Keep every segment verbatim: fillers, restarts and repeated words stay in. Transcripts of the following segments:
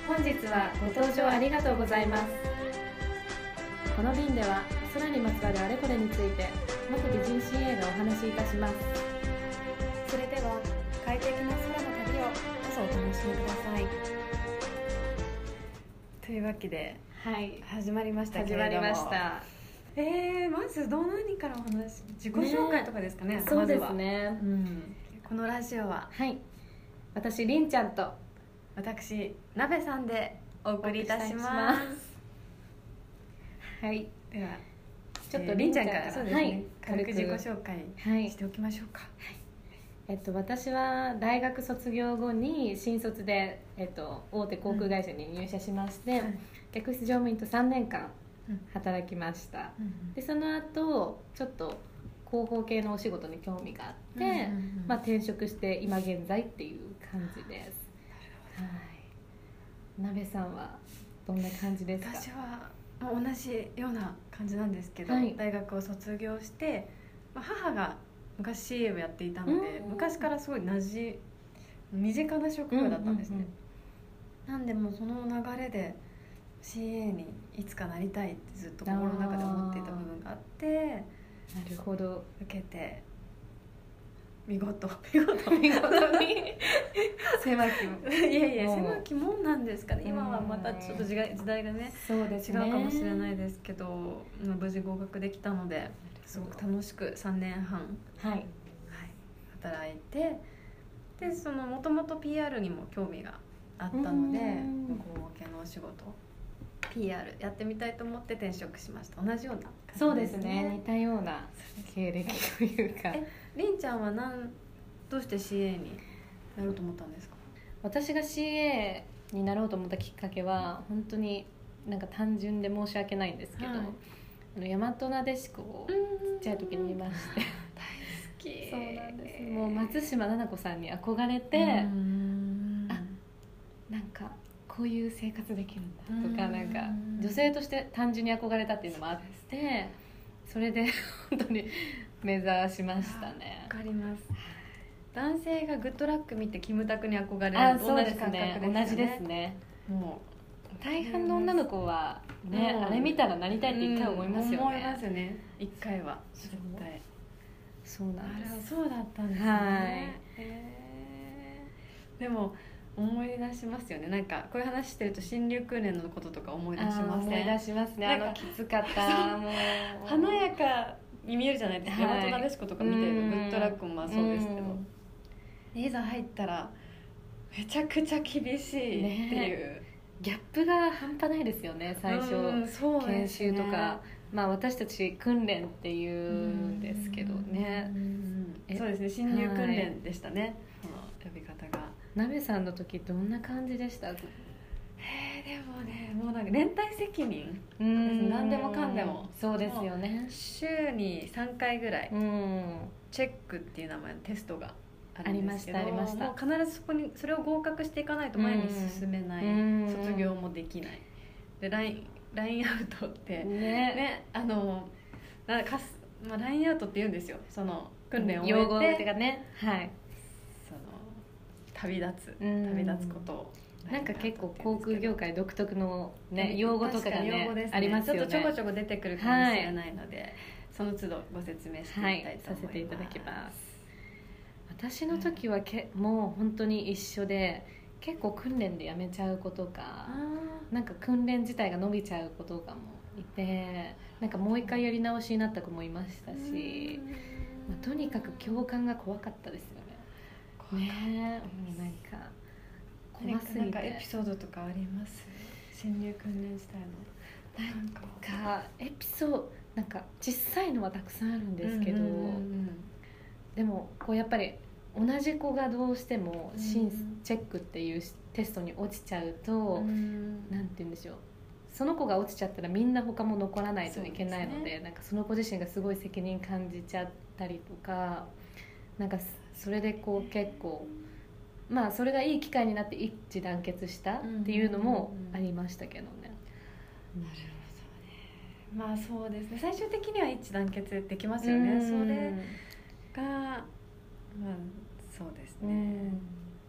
本日はご搭乗ありがとうございます。この便では空にまつわるあれこれについて元美人 シーエー がお話しいたします。それでは快適な空の旅をどうぞお楽しみください。 というわけで、 はい、 始まりましたけれども、 始まりました。 えー、まずどの何からお話、自己紹介とかですかね。 ね、そうですね、 うん、このラジオは、 はい、私りんちゃんと私なべさんでお送りいたします。 はい、 ではちょっとりんちゃんから、 そうですね、はい、軽く自己紹介しておきましょうか。はい、 えっと、私は大学卒業後に新卒で、えっと、大手航空会社に入社しまして、うん、客室乗務員とさんねんかん働きました、うん、でその後ちょっと広報系のお仕事に興味があって、うんうんうん、まあ、転職して今現在っていう感じです。はい、なべさんはどんな感じですか？ 私は同じような感じなんですけど、はい、大学を卒業して、まあ、母が昔 シーエー をやっていたので、昔からすごいなじ身近な職場だったんですね、うんうんうん、なんでもうその流れで シーエー にいつかなりたいってずっと心の中で思っていた部分があって、 なるほど、 受けて見事見事見事に狭きもいやいや狭きもんなんですかね。今はまたちょっと時代、時代がね、 そうですね、 違うかもしれないですけど、無事合格できたのですごく楽しくさんねんはん、 はいはい、 働いて、でそのもともと ピーアール にも興味があったので、向こう系のお仕事 ピーアール やってみたいと思って転職しました。同じような感じですね。 そうですね、似たような経歴というか。 え、りんちゃんはなんどうして シーエー になろうと思ったんですか？ 私が シーエー になろうと思ったきっかけは本当になんか単純で申し訳ないんですけど、はい、あの大和なでしこをちっちゃい時に見まして大好き。 そうなんです。もう松島菜々子さんに憧れて、あ、なんかこういう生活できるんだとか、なんか女性として単純に憧れたっていうのもあって、それで本当に目指しましたね。 わかります。男性がグッドラック見てキムタクに憧れる、 あ、そうですね、同じですね。 もう大半の女の子はね、あれ見たらなりたいって一回思いますよね、うん、 思いますね、一回は絶対。 そうなんです。 そうだったんですね、 はい、 えー、でも思い出しますよね。なんかこういう話してると新入訓練のこととか思い出しますね。 思い出しますね。あのきつかったもう華やかに見えるじゃないですか、はい、大和なでしことか見てるとグッドラックもまあそうですけど、いざ入ったらめちゃくちゃ厳しいっていう、ね、 ギャップが半端ないですよね。最初、そう研修とか、まあ、私たち訓練っていうんですけどね、 そうですね、新入訓練でしたね、はい、この呼び方が。 なべさんの時どんな感じでした？えー、 でもね、もうなんか連帯責任です。何でもかんでも。 そうですよね。 週にさんかいぐらいチェックっていう名前のテストがあるんですけど、ありました、ありました。もう必ずそこにそれを合格していかないと前に進めない、卒業もできないで、ライン、ラインアウトってね、ね、あのなんかかす、まあ、ラインアウトって言うんですよ、その訓練を終えて、 用語ってかね、はい、 その旅立つ旅立つことを、 なんか結構航空業界独特の、ね、用語とかが、ねね、ありますよね。 ちょっとちょこちょこ出てくるかもしれないので、はい、その都度ご説明していきたいと思います、はい、 させていただきます。私の時はけ、もう本当に一緒で、結構訓練でやめちゃう子とか、なんか訓練自体が伸びちゃう子とかもいて、なんかもう一回やり直しになった子もいましたし、まあ、とにかく教官が怖かったですよね。ねえ、なんか怖すぎて。 なんかエピソードとかあります？新入訓練時代のなんかエピソード、なんか小さいのはたくさんあるんですけど、うんうんうんうん、でもこうやっぱり同じ子がどうしても審チェックっていうテストに落ちちゃうと、うん、なんて言うんでしょう、その子が落ちちゃったらみんな他も残らないといけないの で, で、ね、なんかその子自身がすごい責任感じちゃったりとか、なんかそれでこう結構、まあそれがいい機会になって一致団結したっていうのもありましたけどね。 なるほどね。まあそうですね、最終的には一致団結できますよね。それがまあそうですね、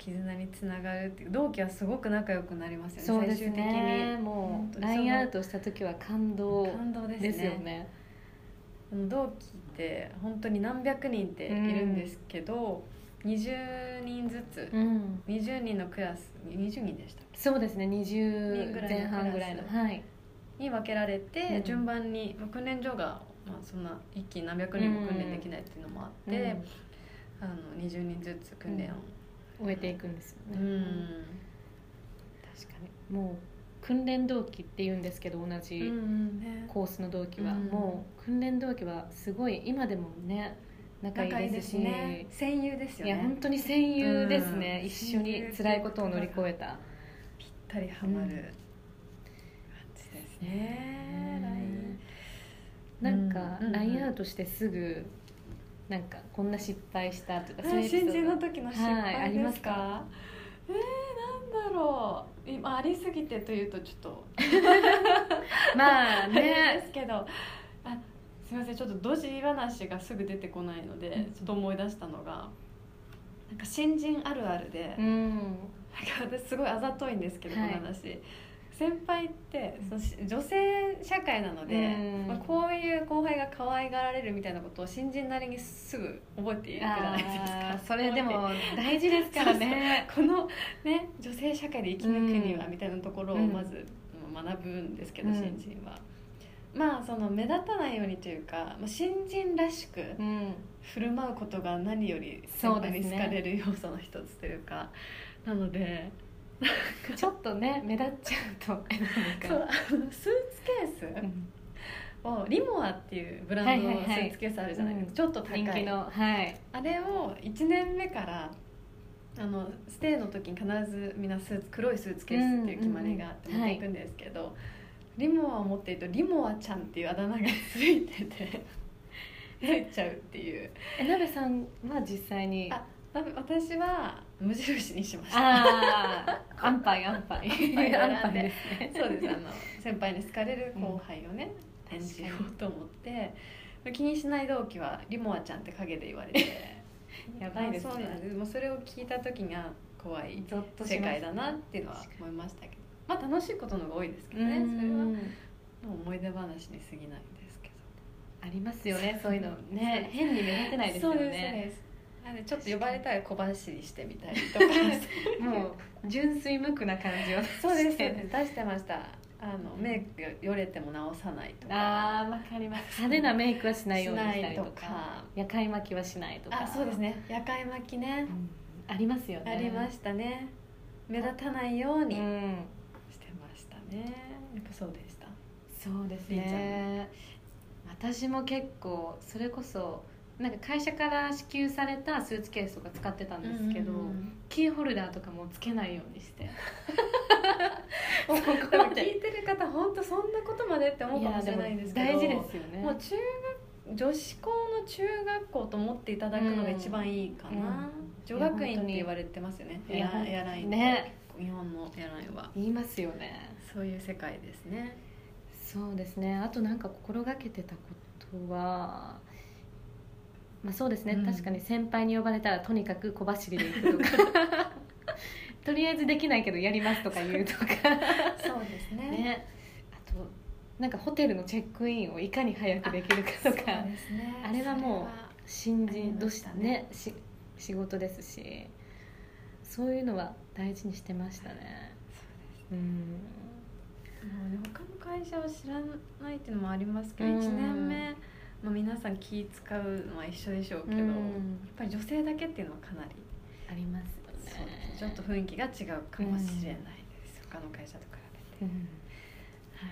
絆につながるっていう、同期はすごく仲良くなりますよね。 そうですね、 最終的にもう ライン アウトした時は感動感動ですね。 ですよね。 同期って本当に何百人っているんですけど、うん、にじゅうにんずつ、うん、にじゅうにんのクラス、にじゅうにんでしたっけ？ そうですね、にじゅう前半ぐらいの、はい、に分けられて、うん、順番に訓練所が、まあ、そんな一気に何百人も訓練できないっていうのもあって、うん、あのにじゅうにんずつ訓練を、 うん、終えていくんですよね、 うん、 確かにもう訓練同期っていうんですけど、同じコースの同期は、うんね、もう訓練同期はすごい今でもね仲いいですし、ね、 戦友ですよね。 いや本当に戦友ですね、うん、一緒に辛いことを乗り越えた、 ぴったりハマる、うん、感じですね。 なんか ライン アウトしてすぐなんかこんな失敗したとか、 そういう新人の時の失敗ですか？はい、 ありますか？ えー、なんだろう、今ありすぎてというとちょっとまあねですけど、あ、すみません、ちょっとドジ話がすぐ出てこないので、うん、ちょっと思い出したのが、なんか新人あるあるで、うん、なんか私すごいあざといんですけど、はい、この話、先輩ってその女性社会なので、うん、まあ、こういう後輩が可愛がられるみたいなことを新人なりにすぐ覚えていくじゃないですか。 それでも大事ですからね。 そうそう、この、ね、女性社会で生き抜くにはみたいなところをまず学ぶんですけど、うん、新人はまあその目立たないようにというか、まあ、新人らしく振る舞うことが何より先輩に好かれる要素の一つというか、なのでちょっとね目立っちゃうとそう、 あのスーツケースをリモアっていうブランドのスーツケースあるじゃないですか、ちょっと高い人気の、はい、 あれをいちねんめからあのステイの時に必ずみんなスーツ黒いスーツケースっていう決まりがあって持っていくんですけど、うんうんうん、はい、リモアを持っているとリモアちゃんっていうあだ名がついててついちゃうっていう。 えなべさんは実際に？ あ、私は無印にしました。 ああ、アンパイアンパイアンパイですね。 そうです、あの先輩に好かれる後輩をね、うん、演じようと思って気にしない同期はリモアちゃんって陰で言われてやばいですね。 そうなんです。もうそれを聞いた時には怖い世界だなっていうのは思いましたけど、まあ楽しいことの方が多いですけどね、それはもう思い出話に過ぎないんですけど。 ありますよね、そういうのね。変に目立てないですよね。 そうです、そうです。なんでちょっと呼ばれたら小走りしてみたりとかもう純粋無垢な感じをそうです、出してました。あのメイクがよれても直さないとか。 ああ、わかります。派手なメイクはしないようにしたりとか、夜会巻きはしないとか。 あ、そうですね、夜会巻きね、 うん、ありますよね。 ありましたね。目立たないようにしてましたね。やっぱそうでした。 そうですね。私も結構それこそなんか会社から支給されたスーツケースとか使ってたんですけど、うんうんうん、キーホルダーとかもつけないようにしてもうここまで聞いてる方本当そんなことまでって思うかもしれないんですけど、 大事ですよね。 もう中学女子校の中学校と思っていただくのが一番いいかな、うんうん、女学院って言われてますよね、エア、エアラインね、日本のエアラインは言いますよね。 そういう世界ですね。 そうですね。あとなんか心がけてたことは、まあ、そうですね、うん、確かに先輩に呼ばれたらとにかく小走りで行くとかとりあえずできないけどやりますとか言うとかそうですね。 ね、あとなんかホテルのチェックインをいかに早くできるかとか、 そうですね、あれはもう新人として ね, ねし仕事ですし、そういうのは大事にしてましたね。そうです、うん、 もうね、他の会社を知らないっていうのもありますけど、うん、いちねんめ、まあ、皆さん気使うのは一緒でしょうけど、うん、やっぱり女性だけっていうのはかなりありますよね。 そうです、ちょっと雰囲気が違うかもしれないです、うん、他の会社と比べて、うん、はい、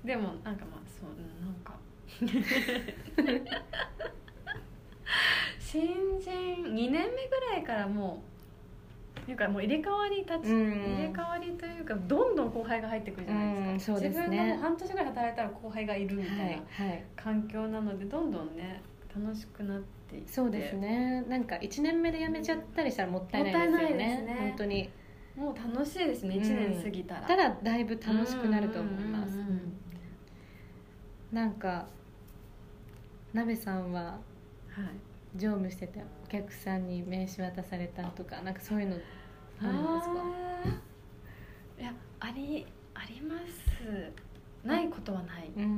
でもなんかまあそうなんか新人にねんめぐらいからもうなんかもう入れ替わり立ち、うん、入れ替わりというかどんどん後輩が入ってくるじゃないですか、うん、そうですね、自分がもう半年ぐらい働いたら後輩がいるみたいな環境なので、どんどんね楽しくなっていって。 そうですね、なんかいちねんめで辞めちゃったりしたらもったいないですよね。もったいないですね、本当にもう楽しいですね、いちねん過ぎたら、 うん、ただだいぶ楽しくなると思います。なんかなべさんは、 はい、 乗務しててお客さんに名刺渡されたとか、なんかそういうのあるんですか？ いや、ありあります。ないことはない、うん、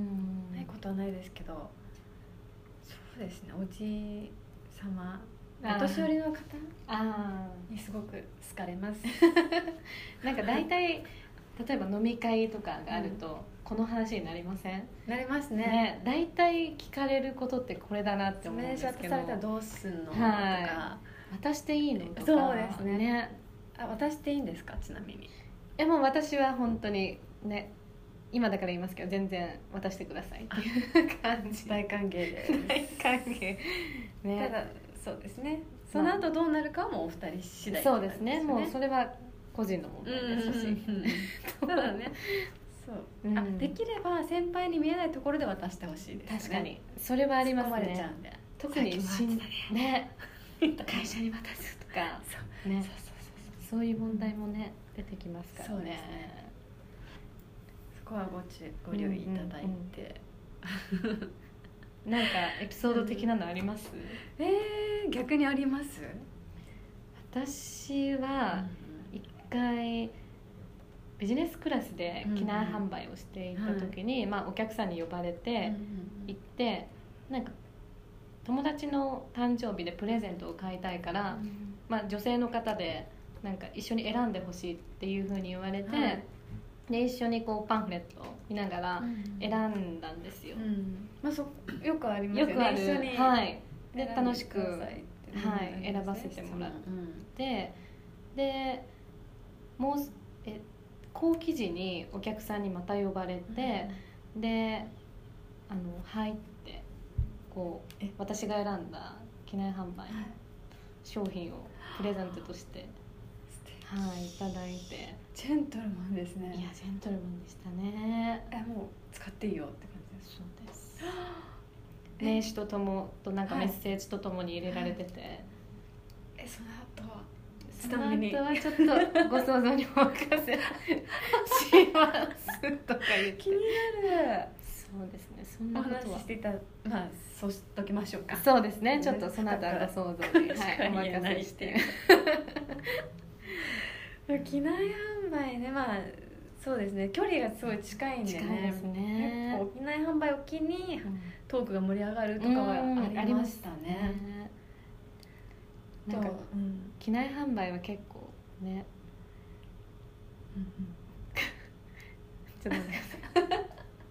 ないことはないですけど、そうですね、おじさま、お年寄りの方にすごく好かれます。 なんか大体例えば飲み会とかがあると、うん、この話になりません？ なりますね。 ね、大体聞かれることってこれだなって思うんですけど、 名刺渡されたらどうすんの、 はい、 とか、 渡していいのとか。 そうですね。ね、あ、渡していいんですか、ちなみに。 え、もう私は本当にね、今だから言いますけど、全然渡してくださいっていう感じ。 大歓迎です。 大歓迎、 ね、ただそうですね、その後どうなるかはもうお二人次第、 そうですね、もうそれは個人の問題ですし、 そうだね、そう、うん、あ、できれば先輩に見えないところで渡してほしいですね。 確かにそれはありますね。 突っ込まれちゃうんで、 特に新ね会社に渡すとかそう、ね、そうそうそうそう、そういう問題もね出てきますからね。そうですね、 そこはご注ご留意いただいて、 うんうんうん、なんかエピソード的なのあります？ うん、えー、逆にあります？ 私は一回ビジネスクラスで機内販売をしていた時に、うん、まあ、お客さんに呼ばれて行って、なんか友達の誕生日でプレゼントを買いたいから、うん、まあ、女性の方でなんか一緒に選んでほしいっていう風に言われて、はい、で一緒にこうパンフレットを見ながら選んだんですよ、うんうん、 まあ、そよくありますよね。 よくある、 一緒にはい、で楽しく、 はい、 選ばせてもらって、うん、でもうえ後期時にお客さんにまた呼ばれて、うん、であの入ってこう私が選んだ機内販売の商品をプレゼントとして、はい、いただいて。 ジェントルマンですね。 いや、ジェントルマンでしたね。 え、もう使っていいよって感じです。 そうです。名刺とともとなんかメッセージとともに入れられてて、はい、 え、その後はその後はちょっとご想像にお任せしますとか言って気になる。 そうですね、そんなことはお話ししていた、まあそうしときましょうか。 そうですね、ちょっとその後はご想像に、はい、お任せして機内販売ね、まあそうですね、距離がすごい近いんでね、 近いですね、 結構機内販売を機にトークが盛り上がるとかはありましたね。 なんか、うん、機内販売は結構ね、うんうん、ちょっと待ってください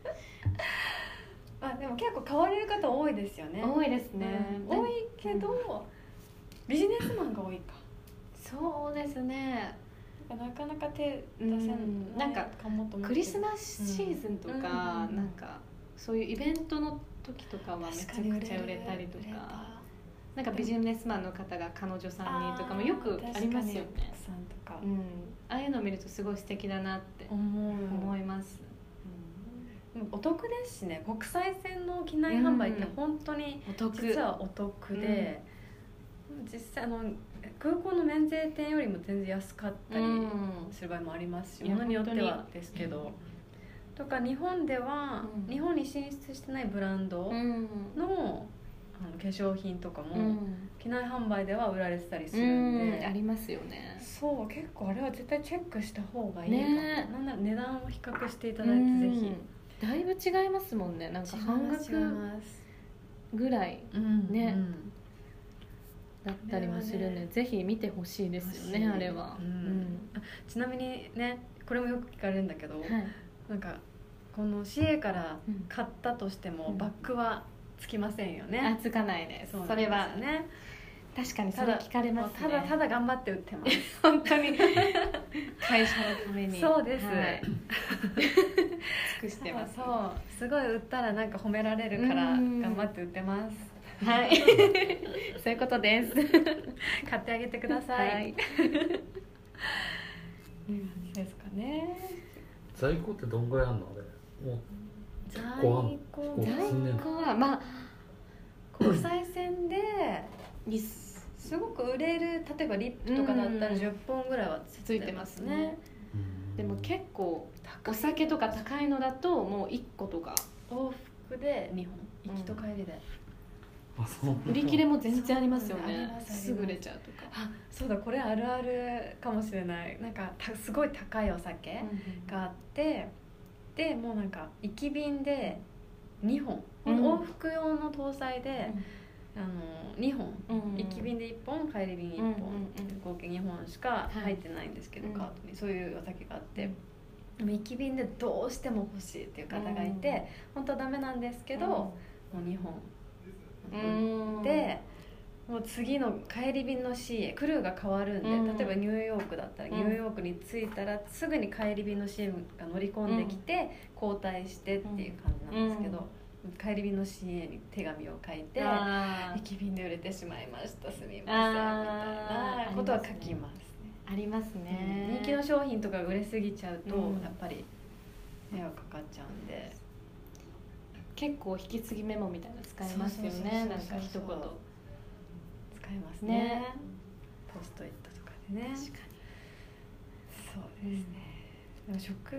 あ、でも結構買われる方多いですよね。 多いですね、 うん、多いけど、うん、ビジネスマンが多いか。 そうですね、 なかなか手出せない、うん、 なんかクリスマスシーズンとか、うん、なんかそういうイベントの時とかはめちゃくちゃ売れたりとか、なんかビジネスマンの方が彼女さんにとかもよくありますよね。うん、ああいうのを見るとすごい素敵だなって思います。 うん、お得ですしね、国際線の機内販売って本当に実はお得で、うん、実際あの空港の免税店よりも全然安かったりする場合もありますし、ものによってはですけど、とか日本では、うん、日本に進出してないブランドの、うん、あの化粧品とかも、うん、機内販売では売られてたりするんで、 うん、ありますよね。 そう、結構あれは絶対チェックした方がいいかも、ね、なんなら値段を比較していただいて、ぜひ。 だいぶ違いますもんね、なんか半額ぐらいね、うん、だったりもするんで、ね、ぜひ見てほしいですよね、あれは、うんうん、 ちなみにね、これもよく聞かれるんだけど、はい、なんかこの シーエー から買ったとしても、うん、バッグはつきませんよね。 あ、つかないです。 そ, それはね、確かにそれ聞かれますね。 ただただ頑張って売ってます本当に会社のために。 そうです、はい、 尽くしてます。 そうそう、すごい売ったらなんか褒められるから頑張って売ってます。 はいそういうことです買ってあげてください、はい、ですかね。 在庫ってどんぐらいあるの？あれもう在庫在庫はまあ国際線ですごく売れる、例えばリップとかだったらじゅっぽんぐらいはついてますね。 でも結構お酒とか高いのだともういっことか往復でにほん、行きと帰りで、 あ、そう売り切れも全然ありますよね。 そうなんだすぐ売れちゃうとか。 あ、そうだ、これあるあるかもしれない。なんかたすごい高いお酒があって、でもうなんか行き便でにほん、うん、往復用の搭載で、うん、あのにほん、うん、行き便でいっぽん、帰り便いっぽん、うん、合計にほんしか入ってないんですけど、はい、カートにそういうお酒があって、でも行き便でどうしても欲しいっていう方がいて、うん、本当はダメなんですけど、うん、もうにほん、うん、でもう次の帰り便の シーエー クルーが変わるんで、うん、例えばニューヨークだったら、うん、ニューヨークに着いたらすぐに帰り便の シーエー が乗り込んできて、うん、交代してっていう感じなんですけど、うん、帰り便の シーエー に手紙を書いて、行き便で売れてしまいました、すみませんみたいなことは書きますね。 ありますね。 人気の商品とかが売れすぎちゃうと、うん、やっぱり迷惑かかっちゃうんで、 結構引き継ぎメモみたいなの使えますよね。なんか一言使えますね。ね、ポストイットとかでね。確かに。そうですね。うん、でも食、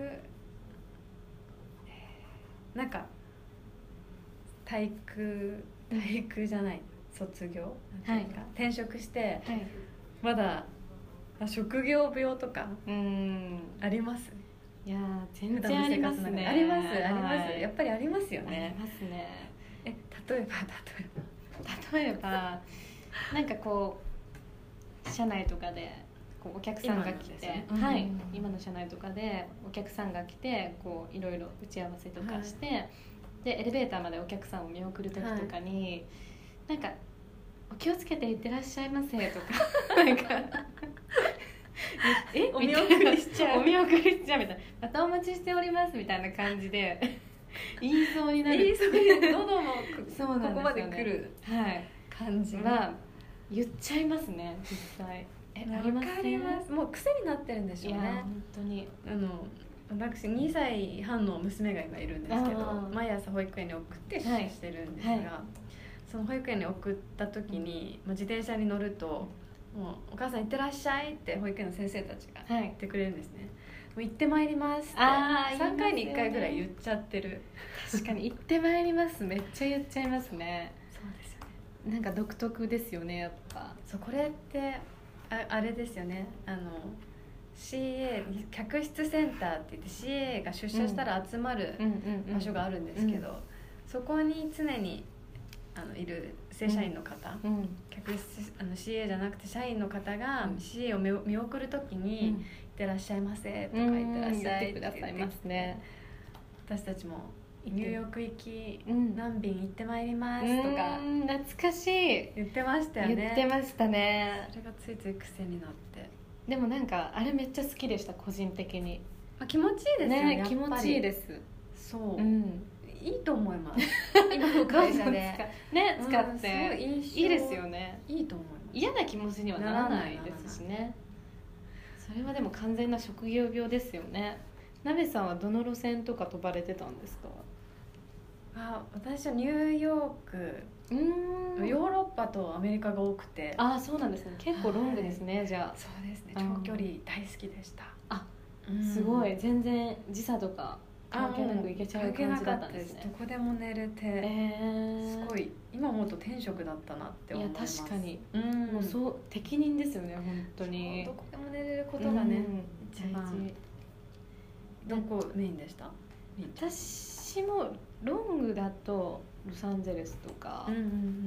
なんか体育体育じゃない、卒業なんていうか、はい、転職して、はい、まだ職業病とかうんあります？ いや全然ありますね。 ありますあります、はい、やっぱりありますよね。 ありますね。 え、例えば例えば例えばなんかこう社内とかでこうお客さんが来て、ね、はい、今の社内とかでお客さんが来てこういろいろ打ち合わせとかして、はい、でエレベーターまでお客さんを見送る時とかに、はい、なんかお気をつけていってらっしゃいませとかなんかえお見送りしちゃうお見送りしちゃうみたいな、またお待ちしておりますみたいな感じで言いそうになる。 言いそうに喉もそうなんですよね、 ここまで来る感じは言っちゃいますね、実際。 え、ありますね。もう癖になってるんでしょうね。 いや本当に、 あの私にさいはんの娘が今いるんですけど、毎朝保育園に送って出社してるんですが、はいはい、その保育園に送った時に、まあ、自転車に乗るともうお母さん行ってらっしゃいって保育園の先生たちが言ってくれるんですね、はい、もう行ってまいりますってさんかいにいっかいぐらい言っちゃってる。 確かに行ってまいりますめっちゃ言っちゃいますね。 そうですよね。 なんか独特ですよね、やっぱ。 そう、これってあ, あれですよね、あの シーエー 客室センターって言って シーエー が出社したら集まる場所があるんですけど、そこに常にあのいる正社員の方、うん、客室あの シーエー じゃなくて社員の方が シーエー を見送るときに、うん、いってらっしゃいませとか、いってらっしゃいって言ってくださいますね。私たちもニューヨーク行き、うん、何便行ってまいりますとか、 懐かしい言ってましたよね。 言ってましたね。 それがついつい癖になって。 でもなんかあれめっちゃ好きでした、個人的に。 あ、気持ちいいですよね。 ね、気持ちいいです。 そう、うん、いいと思います。今の会社でね使って、うん、いいですよね。 いいと思います。 嫌な気持ちにはならないですしね。それはでも完全な職業病ですよね。なべさんはどの路線とか飛ばれてたんですか？ あ、私はニューヨーク、うーん、ヨーロッパとアメリカが多くて。 あ、そうなんですね。結構ロングですね、はい、じゃあ。 そうですね、長距離大好きでした。 あ、すごい、全然時差とか関係なく行けちゃう感じだったんですね。 どこでも寝れて、えー、すごい今思うと天職だったなって思います。 いや確かに、うん、もうそう適任ですよね、本当に。 どこでも寝れることがね、うん、一番。どこメインでした？ 私もロングだとロサンゼルスとか、うんうんうん、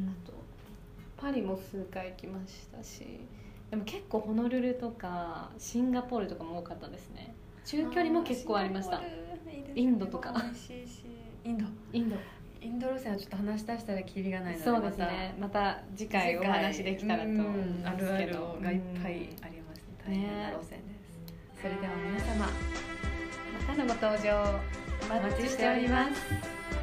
あとパリも数回行きましたし、でも結構ホノルルとかシンガポールとかも多かったですね。中距離も結構ありました。インドとか。 インドインドインド路線はちょっと話し出したらキリがないので、 そうですね、また次回お話できたらと思いますけど、 あるあるがいっぱいありますね。大変な路線です、ね、それでは皆様またのご登場お待ちしております。